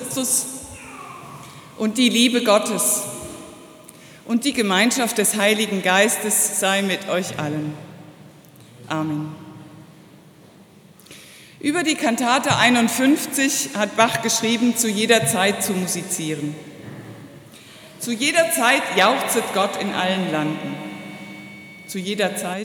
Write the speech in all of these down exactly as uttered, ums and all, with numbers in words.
Christus und die Liebe Gottes und die Gemeinschaft des Heiligen Geistes sei mit euch allen. Amen. Über die Kantate einundfünfzig hat Bach geschrieben, zu jeder Zeit zu musizieren. Zu jeder Zeit jauchzet Gott in allen Landen. Zu jeder Zeit.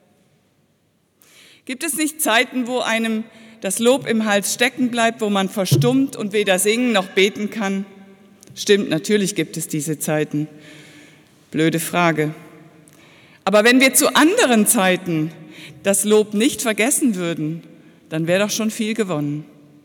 Gibt es nicht Zeiten, wo einem das Lob im Hals stecken bleibt, wo man verstummt und weder singen noch beten kann? Stimmt, natürlich gibt es diese Zeiten. Blöde Frage. Aber wenn wir zu anderen Zeiten das Lob nicht vergessen würden, dann wäre doch schon viel gewonnen.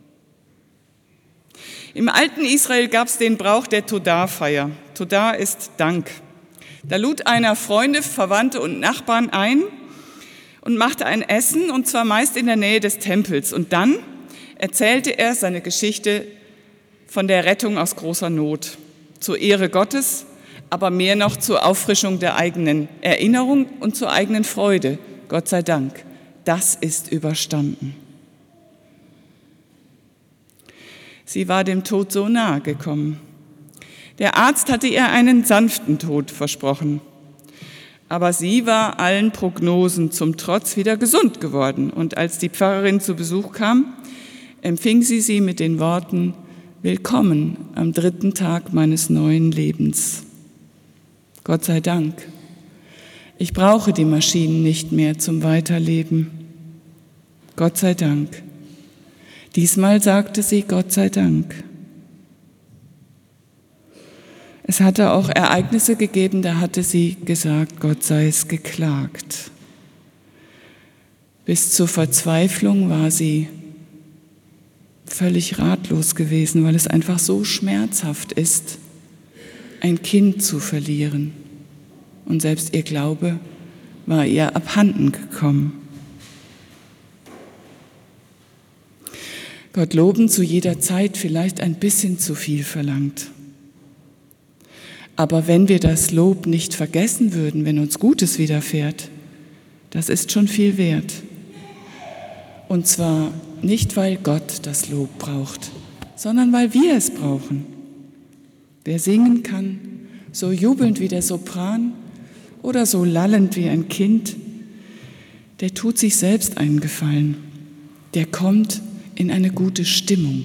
Im alten Israel gab es den Brauch der Todah-Feier. Todah ist Dank. Da lud einer Freunde, Verwandte und Nachbarn ein und machte ein Essen, und zwar meist in der Nähe des Tempels. Und dann erzählte er seine Geschichte von der Rettung aus großer Not, zur Ehre Gottes, aber mehr noch zur Auffrischung der eigenen Erinnerung und zur eigenen Freude. Gott sei Dank, das ist überstanden. Sie war dem Tod so nahe gekommen. Der Arzt hatte ihr einen sanften Tod versprochen. Aber sie war allen Prognosen zum Trotz wieder gesund geworden. Und als die Pfarrerin zu Besuch kam, empfing sie sie mit den Worten: Willkommen am dritten Tag meines neuen Lebens. Gott sei Dank. Ich brauche die Maschinen nicht mehr zum Weiterleben. Gott sei Dank. Diesmal sagte sie Gott sei Dank. Es hatte auch Ereignisse gegeben, da hatte sie gesagt, Gott sei es geklagt. Bis zur Verzweiflung war sie völlig ratlos gewesen, weil es einfach so schmerzhaft ist, ein Kind zu verlieren. Und selbst ihr Glaube war ihr abhanden gekommen. Gott loben zu jeder Zeit vielleicht ein bisschen zu viel verlangt. Aber wenn wir das Lob nicht vergessen würden, wenn uns Gutes widerfährt, das ist schon viel wert. Und zwar nicht, weil Gott das Lob braucht, sondern weil wir es brauchen. Wer singen kann, so jubelnd wie der Sopran oder so lallend wie ein Kind, der tut sich selbst einen Gefallen. Der kommt in eine gute Stimmung.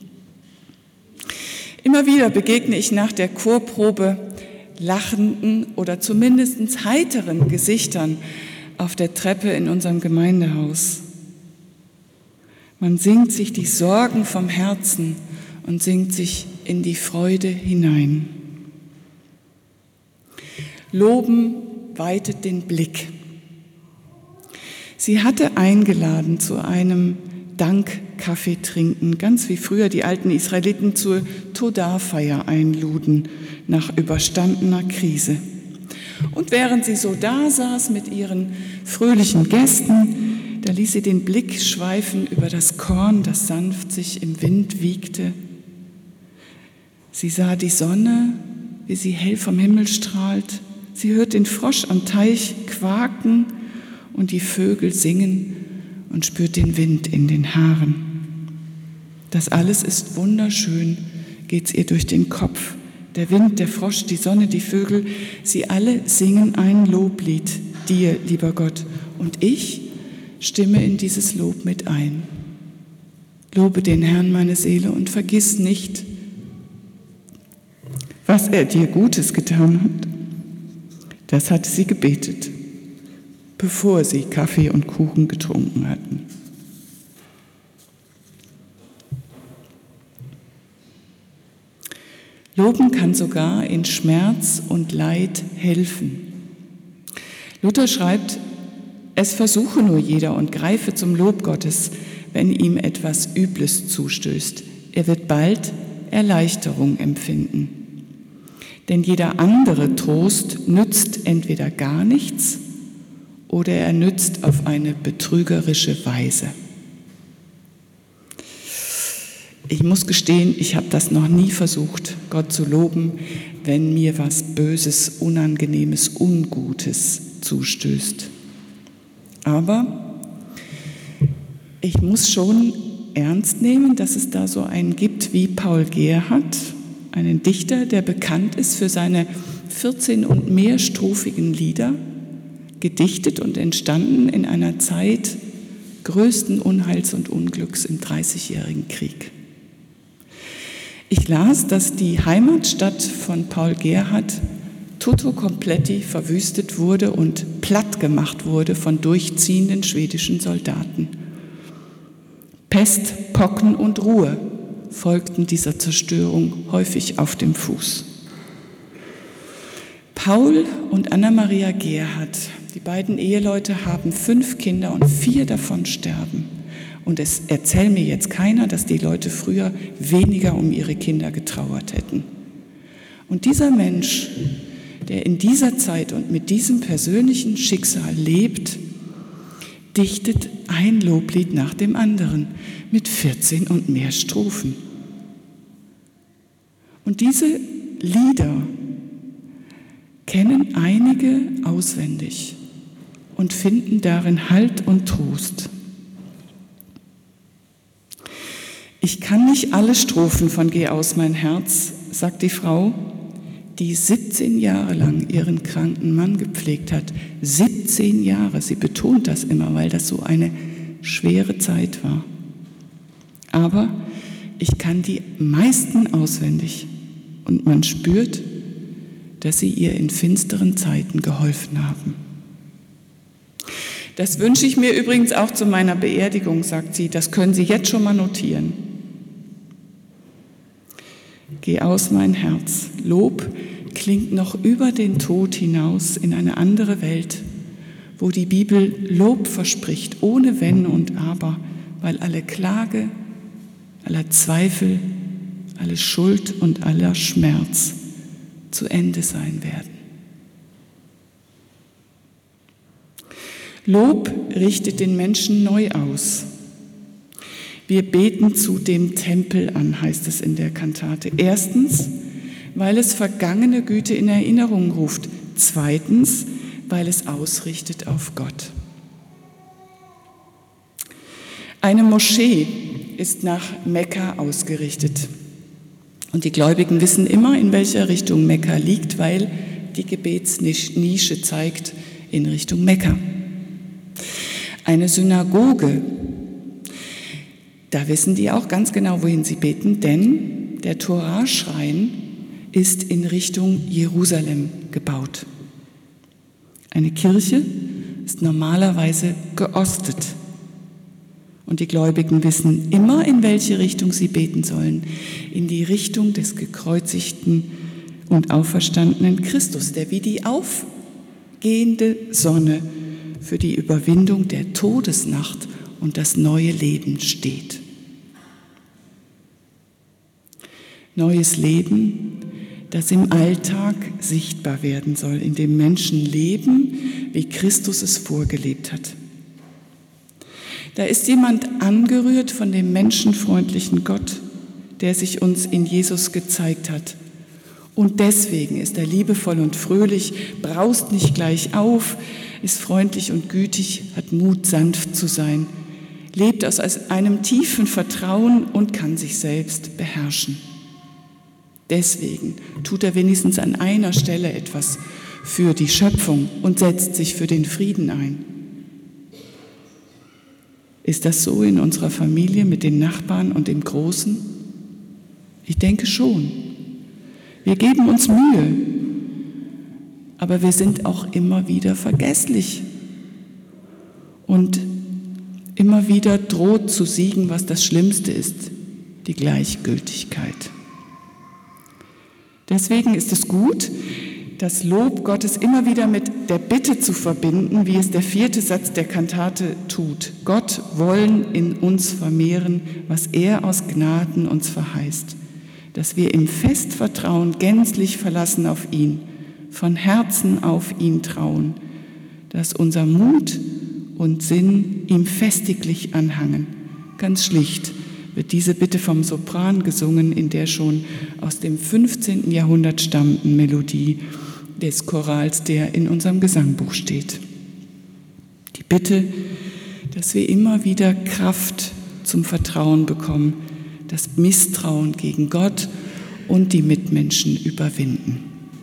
Immer wieder begegne ich nach der Chorprobe lachenden oder zumindest heiteren Gesichtern auf der Treppe in unserem Gemeindehaus. Man singt sich die Sorgen vom Herzen und singt sich in die Freude hinein. Loben weitet den Blick. Sie hatte eingeladen zu einem Dankkaffee trinken, ganz wie früher die alten Israeliten zur Todah-Feier einluden nach überstandener Krise. Und während sie so da saß mit ihren fröhlichen Gästen, da ließ sie den Blick schweifen über das Korn, das sanft sich im Wind wiegte. Sie sah die Sonne, wie sie hell vom Himmel strahlt. Sie hört den Frosch am Teich quaken und die Vögel singen und spürt den Wind in den Haaren. Das alles ist wunderschön, geht's ihr durch den Kopf. Der Wind, der Frosch, die Sonne, die Vögel, sie alle singen ein Loblied dir, lieber Gott. Und ich stimme in dieses Lob mit ein. Lobe den Herrn, meine Seele, und vergiss nicht, was er dir Gutes getan hat. Das hatte sie gebetet, bevor sie Kaffee und Kuchen getrunken hatten. Loben kann sogar in Schmerz und Leid helfen. Luther schreibt, es versuche nur jeder und greife zum Lob Gottes, wenn ihm etwas Übles zustößt. Er wird bald Erleichterung empfinden. Denn jeder andere Trost nützt entweder gar nichts oder er nützt auf eine betrügerische Weise. Ich muss gestehen, ich habe das noch nie versucht, Gott zu loben, wenn mir was Böses, Unangenehmes, Ungutes zustößt. Aber ich muss schon ernst nehmen, dass es da so einen gibt findet, wie Paul Gerhardt, einen Dichter, der bekannt ist für seine vierzehn und mehr strophigen Lieder, gedichtet und entstanden in einer Zeit größten Unheils und Unglücks im Dreißigjährigen Krieg. Ich las, dass die Heimatstadt von Paul Gerhardt tutto completi verwüstet wurde und platt gemacht wurde von durchziehenden schwedischen Soldaten. Pest, Pocken und Ruhe folgten dieser Zerstörung häufig auf dem Fuß. Paul und Anna-Maria Gerhardt, die beiden Eheleute, haben fünf Kinder und vier davon sterben. Und es erzählt mir jetzt keiner, dass die Leute früher weniger um ihre Kinder getrauert hätten. Und dieser Mensch, der in dieser Zeit und mit diesem persönlichen Schicksal lebt, dichtet ein Loblied nach dem anderen mit vierzehn und mehr Strophen. Und diese Lieder kennen einige auswendig und finden darin Halt und Trost. Ich kann nicht alle Strophen von Geh aus mein Herz, sagt die Frau, die siebzehn Jahre lang ihren kranken Mann gepflegt hat. siebzehn Jahre, sie betont das immer, weil das so eine schwere Zeit war. Aber ich kann die meisten auswendig und man spürt, dass sie ihr in finsteren Zeiten geholfen haben. Das wünsche ich mir übrigens auch zu meiner Beerdigung, sagt sie. Das können Sie jetzt schon mal notieren. Geh aus mein Herz. Lob klingt noch über den Tod hinaus in eine andere Welt, wo die Bibel Lob verspricht, ohne Wenn und Aber, weil alle Klage, aller Zweifel, alle Schuld und aller Schmerz zu Ende sein werden. Lob richtet den Menschen neu aus. Wir beten zu dem Tempel an, heißt es in der Kantate. Erstens, weil es vergangene Güte in Erinnerung ruft. Zweitens, weil es ausrichtet auf Gott. Eine Moschee ist nach Mekka ausgerichtet. Und die Gläubigen wissen immer, in welcher Richtung Mekka liegt, weil die Gebetsnische zeigt in Richtung Mekka. Eine Synagoge, da wissen die auch ganz genau, wohin sie beten, denn der Toraschrein ist in Richtung Jerusalem gebaut. Eine Kirche ist normalerweise geostet. Und die Gläubigen wissen immer, in welche Richtung sie beten sollen. In die Richtung des gekreuzigten und auferstandenen Christus, der wie die aufgehende Sonne für die Überwindung der Todesnacht und das neue Leben steht. Neues Leben, das im Alltag sichtbar werden soll, in dem Menschen leben, wie Christus es vorgelebt hat. Da ist jemand angerührt von dem menschenfreundlichen Gott, der sich uns in Jesus gezeigt hat. Und deswegen ist er liebevoll und fröhlich, braust nicht gleich auf, ist freundlich und gütig, hat Mut, sanft zu sein, lebt aus einem tiefen Vertrauen und kann sich selbst beherrschen. Deswegen tut er wenigstens an einer Stelle etwas für die Schöpfung und setzt sich für den Frieden ein. Ist das so in unserer Familie mit den Nachbarn und dem Großen? Ich denke schon. Wir geben uns Mühe, aber wir sind auch immer wieder vergesslich. Und immer wieder droht zu siegen, was das Schlimmste ist, die Gleichgültigkeit. Deswegen ist es gut, das Lob Gottes immer wieder mit der Bitte zu verbinden, wie es der vierte Satz der Kantate tut. Gott wollen in uns vermehren, was er aus Gnaden uns verheißt, dass wir im Festvertrauen gänzlich verlassen auf ihn, von Herzen auf ihn trauen, dass unser Mut und Sinn ihm festiglich anhangen. Ganz schlicht wird diese Bitte vom Sopran gesungen, in der schon aus dem fünfzehnten Jahrhundert stammenden Melodie des Chorals, der in unserem Gesangbuch steht. Die Bitte, dass wir immer wieder Kraft zum Vertrauen bekommen, das Misstrauen gegen Gott und die Mitmenschen überwinden.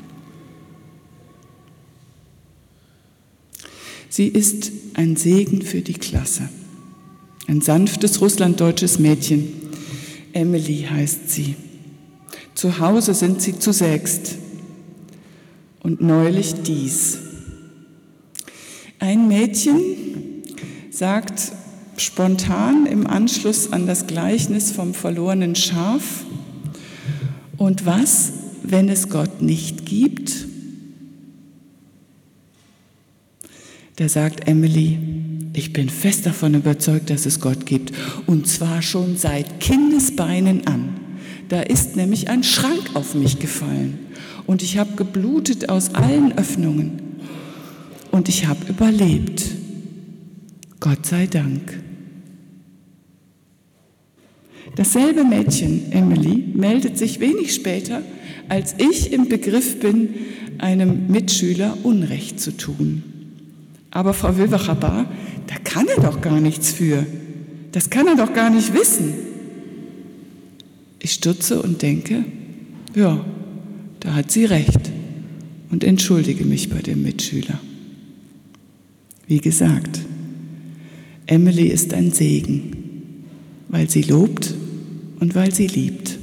Sie ist ein Segen für die Klasse. Ein sanftes russlanddeutsches Mädchen. Emily heißt sie. Zu Hause sind sie zu sechst. Und neulich dies. Ein Mädchen sagt spontan im Anschluss an das Gleichnis vom verlorenen Schaf: Und was, wenn es Gott nicht gibt? Da sagt Emily: Ich bin fest davon überzeugt, dass es Gott gibt. Und zwar schon seit Kindesbeinen an. Da ist nämlich ein Schrank auf mich gefallen. Und ich habe geblutet aus allen Öffnungen. Und ich habe überlebt. Gott sei Dank. Dasselbe Mädchen, Emily, meldet sich wenig später, als ich im Begriff bin, einem Mitschüler Unrecht zu tun. Aber Frau Wilwacher-Bahr, da kann er doch gar nichts für. Das kann er doch gar nicht wissen. Ich stutze und denke, ja, da hat sie recht und entschuldige mich bei dem Mitschüler. Wie gesagt, Emily ist ein Segen, weil sie lobt und weil sie liebt.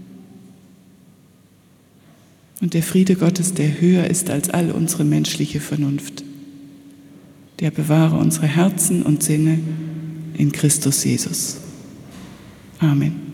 Und der Friede Gottes, der höher ist als all unsere menschliche Vernunft, der bewahre unsere Herzen und Sinne in Christus Jesus. Amen.